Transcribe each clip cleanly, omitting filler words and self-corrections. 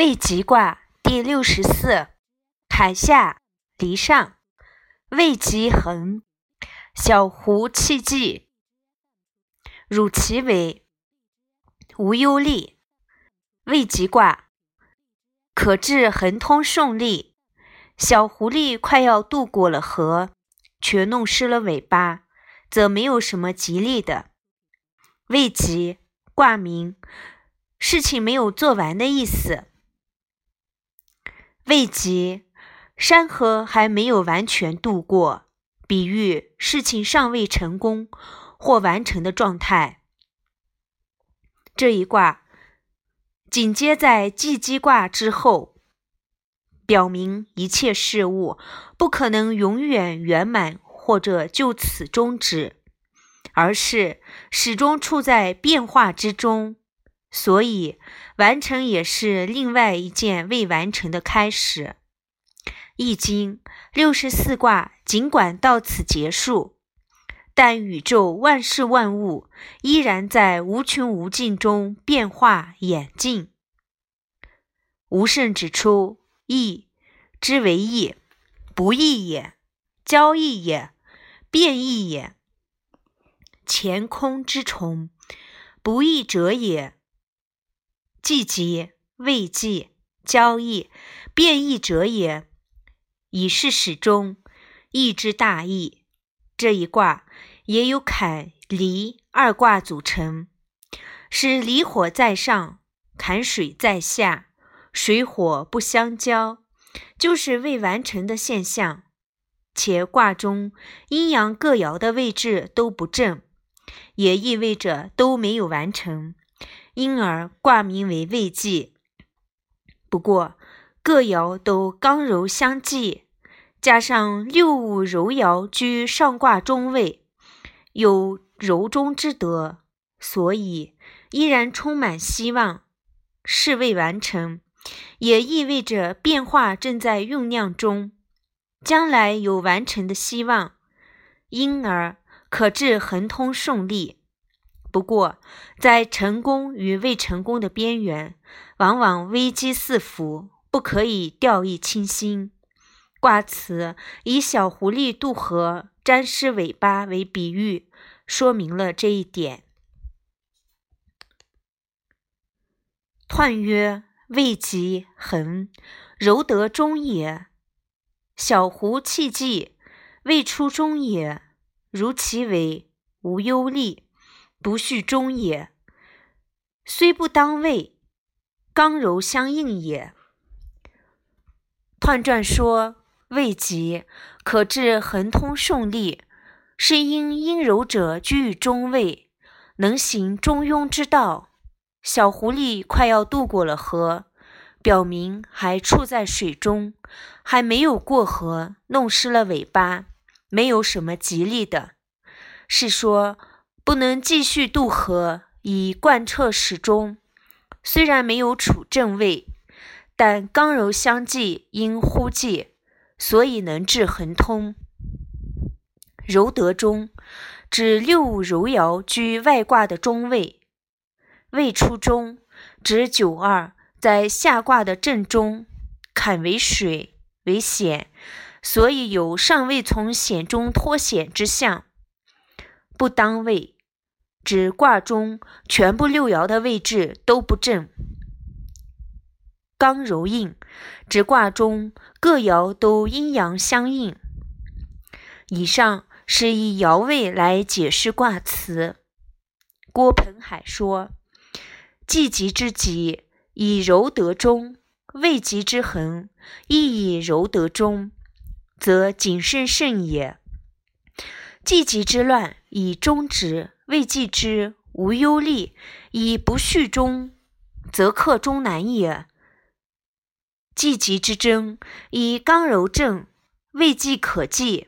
未极卦第64，坎下离上，未极恒，小狐气忌，汝其为，无忧虑。未极卦可致恒通顺利，小狐狸快要渡过了河，却弄湿了尾巴，则没有什么吉利的。未极卦名，事情没有做完的意思。未极，山河还没有完全渡过，比喻事情尚未成功或完成的状态。这一卦紧接在既济卦之后，表明一切事物不可能永远圆满或者就此终止，而是始终处在变化之中，所以完成也是另外一件未完成的开始。易经64卦尽管到此结束，但宇宙万事万物依然在无穷无尽中变化演进。吴胜指出，易之为易，不易也，交易也，变易也，乾空之虫，不易者也。既极未济，交易变易者也，以是始终，易之大义。这一卦也有坎离二卦组成，是离火在上，坎水在下，水火不相交，就是未完成的现象，且卦中阴阳各爻的位置都不正，也意味着都没有完成，因而卦名为未济。不过各爻都刚柔相济，加上六五柔爻居上卦中位，有柔中之德，所以依然充满希望。事未完成，也意味着变化正在酝酿中，将来有完成的希望，因而可致恒通顺利。不过在成功与未成功的边缘，往往危机四伏，不可以掉以轻心。卦辞以小狐狸渡河沾湿尾巴为比喻，说明了这一点。彖曰：未极恒，柔得中也。小狐气忌，未出中也。如其为，无忧虑，不续中也。虽不当位，刚柔相应也。彖传说未极可致恒通顺利，是因阴柔者居于中位，能行中庸之道。小狐狸快要渡过了河，表明还处在水中，还没有过河，弄湿了尾巴，没有什么吉利的。是说不能继续渡河以贯彻始终，虽然没有处正位，但刚柔相济因互济，所以能至恒通。柔得中，指六五柔爻居外卦的中位。未出中，指九二在下卦的正中，坎为水为险，所以有尚未从险中脱险之象。不当位，指卦中全部六爻的位置都不正。刚柔应，指卦中各爻都阴阳相应。以上是以爻位来解释卦辞。郭鹏海说，既极之极，以柔得中；未极之恒，亦以柔得中，则谨慎慎也。既极之乱，以终止；未济之无忧虑，以不续中，则克中难也。既极之争，以刚柔正；未济可济，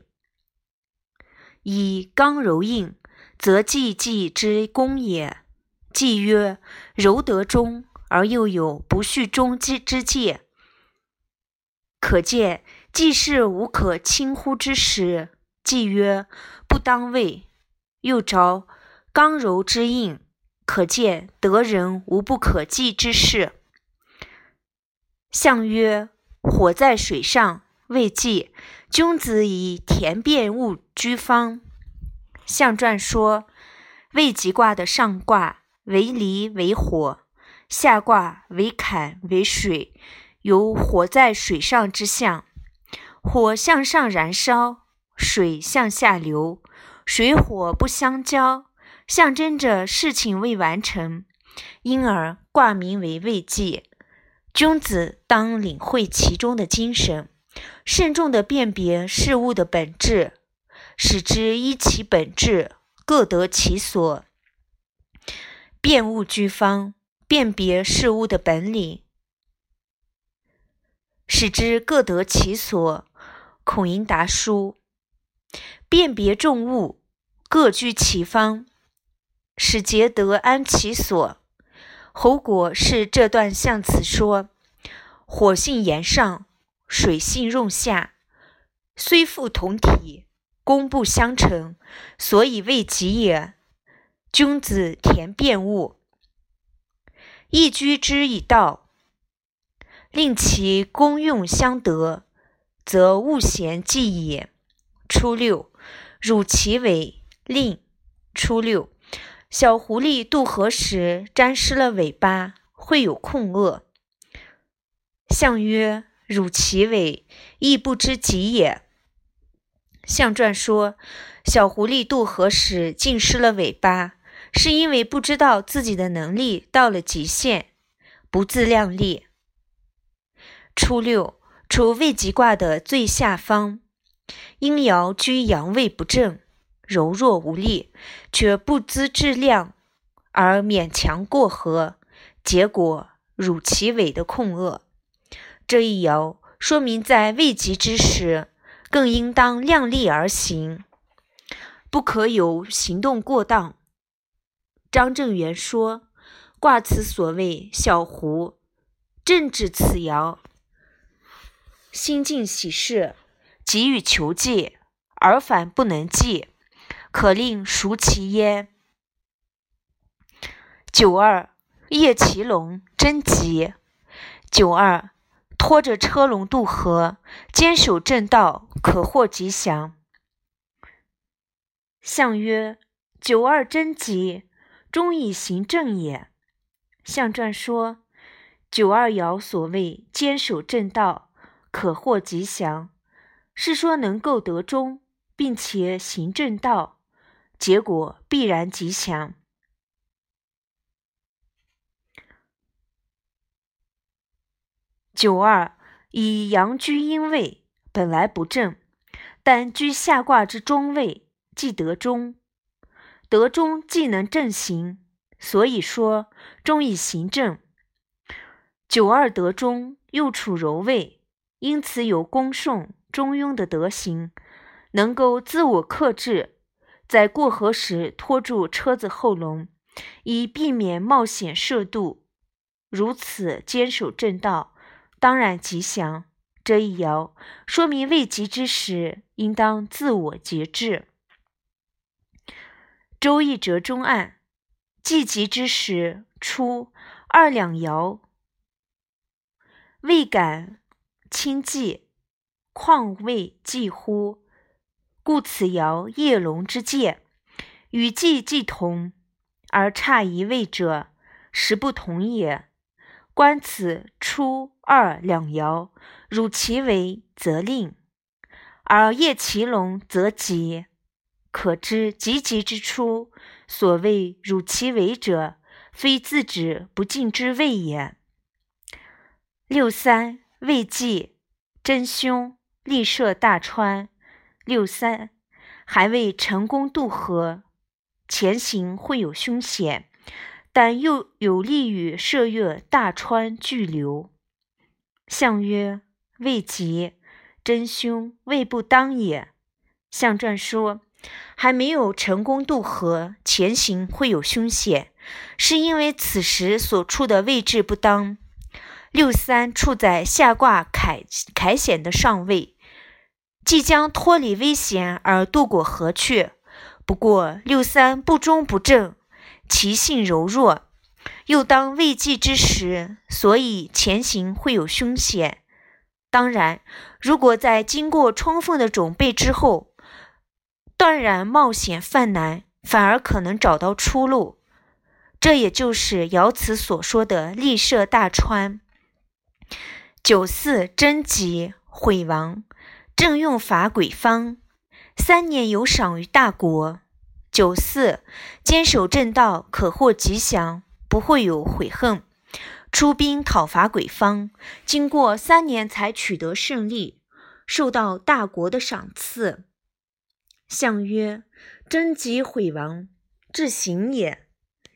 以刚柔应，则既济之功也。既曰柔得中，而又有不续中之戒，可见既是无可轻忽之时。既曰不当位，又着刚柔之应，可见得人无不可济之事。 象曰：火在水上，未济。君子以田变物居方。象传说，未济卦的上卦为离为火，下卦为坎为水，有火在水上之象。火向上燃烧，水向下流，水火不相交，象征着事情未完成，因而卦名为未济。君子当领会其中的精神，慎重地辨别事物的本质，使之依其本质，各得其所。辨物居方，辨别事物的本领，使之各得其所。孔颖达书，辨别众物，各居其方，使皆得安其所。侯果是这段象辞说，火性炎上，水性润下，虽复同体，功不相成，所以未济也。君子田变物，亦居之以道，令其功用相得，则物贤济也。初六，汝其尾，令。初六，小狐狸渡河时沾湿了尾巴，会有困厄。象曰：汝其尾，亦不知己也。象传说，小狐狸渡河时浸湿了尾巴，是因为不知道自己的能力到了极限，不自量力。初六，处未济卦的最下方，阴爻居阳位不正，柔弱无力，却不知质量，而勉强过河，结果汝其尾的困厄。这一爻说明在未济之时，更应当量力而行，不可有行动过当。张正元说，卦辞所谓小狐，正指此爻心境喜事，急于求济，而反不能济，可令孰其焉。九二，夜骑龙，贞吉。九二，拖着车龙渡河，坚守正道，可获吉祥。象曰：九二贞吉，终以行正也。象传说，九二爻所谓坚守正道，可获吉祥，是说能够得中，并且行正道，结果必然吉祥。九二，以阳居阴位，本来不正，但居下卦之中位，即得中。得中既能正行，所以说中以行正。九二得中，又处柔位，因此有恭顺中庸的德行，能够自我克制，在过河时拖住车子后轮，以避免冒险涉渡，如此坚守正道，当然吉祥。这一爻说明未济之时，应当自我节制。周易折中案，既济之时，初二两爻，未敢轻济，况未济乎？故此爻夜龙之介，与济既同，而差一位者，实不同也。观此初二两爻，汝其尾则令，而夜其龙则吉，可知吉吉之初，所谓汝其尾者，非自指不尽之谓也。六三，未济，真凶，力涉大川。六三，还未成功渡河，前行会有凶险，但又有利于涉越大川巨流。象曰：未济，真凶，未不当也。象传说，还没有成功渡河，前行会有凶险，是因为此时所处的位置不当。六三处在下卦凯险的上位，即将脱离危险而渡过河去。不过六三不中不正，其性柔弱， 又当未济之时，所以前行会有凶险。当然，如果在经过充分的准备之后，断然冒险犯难，反而可能找到出路。这也就是爻辞所说的立涉大川。9·4征吉毁亡，正用法鬼方，3年有赏于大国。9·4坚守正道，可获吉祥，不会有悔恨。出兵讨伐鬼方，经过3年才取得胜利，受到大国的赏赐。象曰：征吉毁亡，至行也。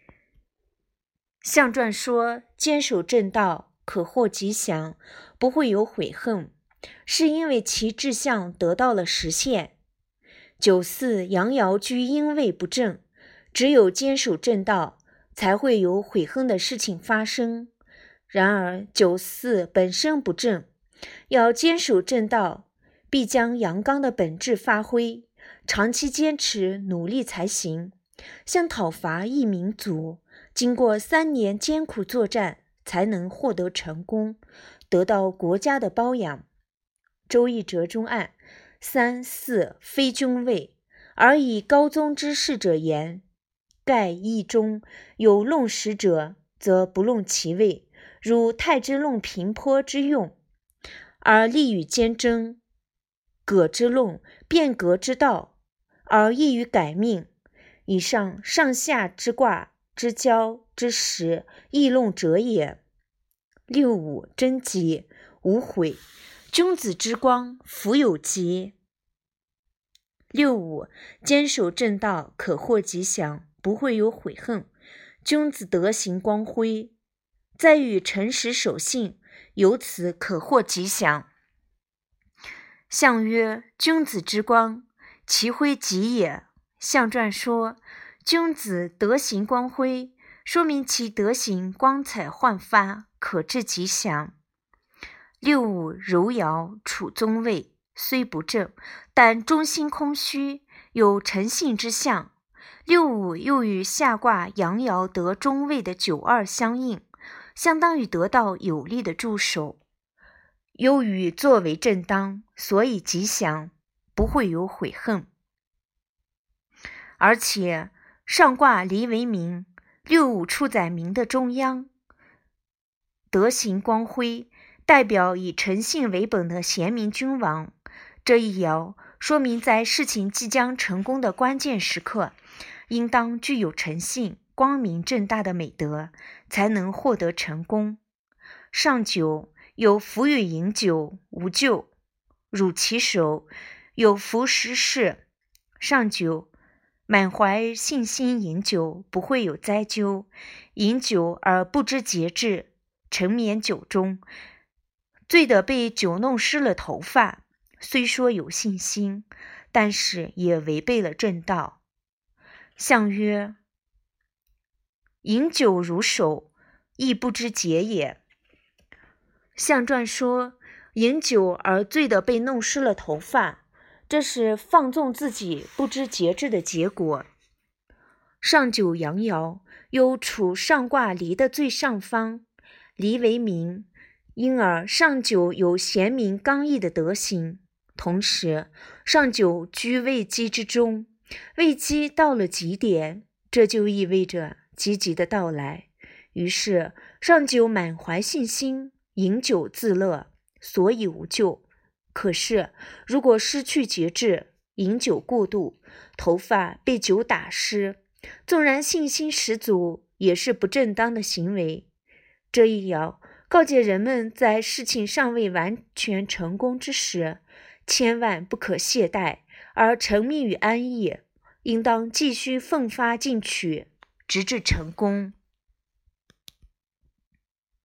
象传说坚守正道，可获吉祥，不会有悔恨，是因为其志向得到了实现。9·4阳爻居阴位不正，只有坚守正道，才会有悔恨的事情发生。然而9·4本身不正，要坚守正道，必将阳刚的本质发挥，长期坚持努力才行。像讨伐异民族，经过3年艰苦作战，才能获得成功，得到国家的褒扬。周易折中按3、4非君位，而以高宗之事者言，盖易中有弄时者，则不弄其位，如太之弄平坡之用，而利于兼征；葛之弄变革之道，而易于改命。以上上下之卦之交之时，易弄者也。6·5征吉无悔，君子之光，弗有吉。6·5坚守正道，可获吉祥，不会有悔恨。君子德行光辉，在于诚实守信，由此可获吉祥。象曰：君子之光，其辉吉也。象传说君子德行光辉，说明其德行光彩焕发，可致吉祥。6·5柔爻处宗位，虽不正，但中心空虚，有诚信之象。6·5又与下卦阳爻得中位的9·2相应，相当于得到有力的助手。由于作为正当，所以吉祥，不会有悔恨。而且上卦离为明，6·5处在明的中央，德行光辉，代表以诚信为本的贤明君王。这一爻说明在事情即将成功的关键时刻，应当具有诚信、光明正大的美德，才能获得成功。上9有福与饮酒，无咎，辱其手，有福失事。上9满怀信心饮酒，不会有灾咎；饮酒而不知节制，沉湎酒中，醉得被酒弄湿了头发。虽说有信心，但是也违背了正道。象曰：饮酒如手，亦不知节也。象传说饮酒而醉得被弄湿了头发，这是放纵自己不知节制的结果。上9阳爻有处上卦离的最上方，离为明，因而上9有贤明刚毅的德行。同时上9居位基之中，位基到了极点，这就意味着积极的到来。于是上9满怀信心，饮酒自乐，所以无咎。可是如果失去节制，饮酒过度，头发被酒打湿，纵然信心十足，也是不正当的行为。这一爻告诫人们，在事情尚未完全成功之时，千万不可懈怠，而沉迷于安逸，应当继续奋发进取，直至成功。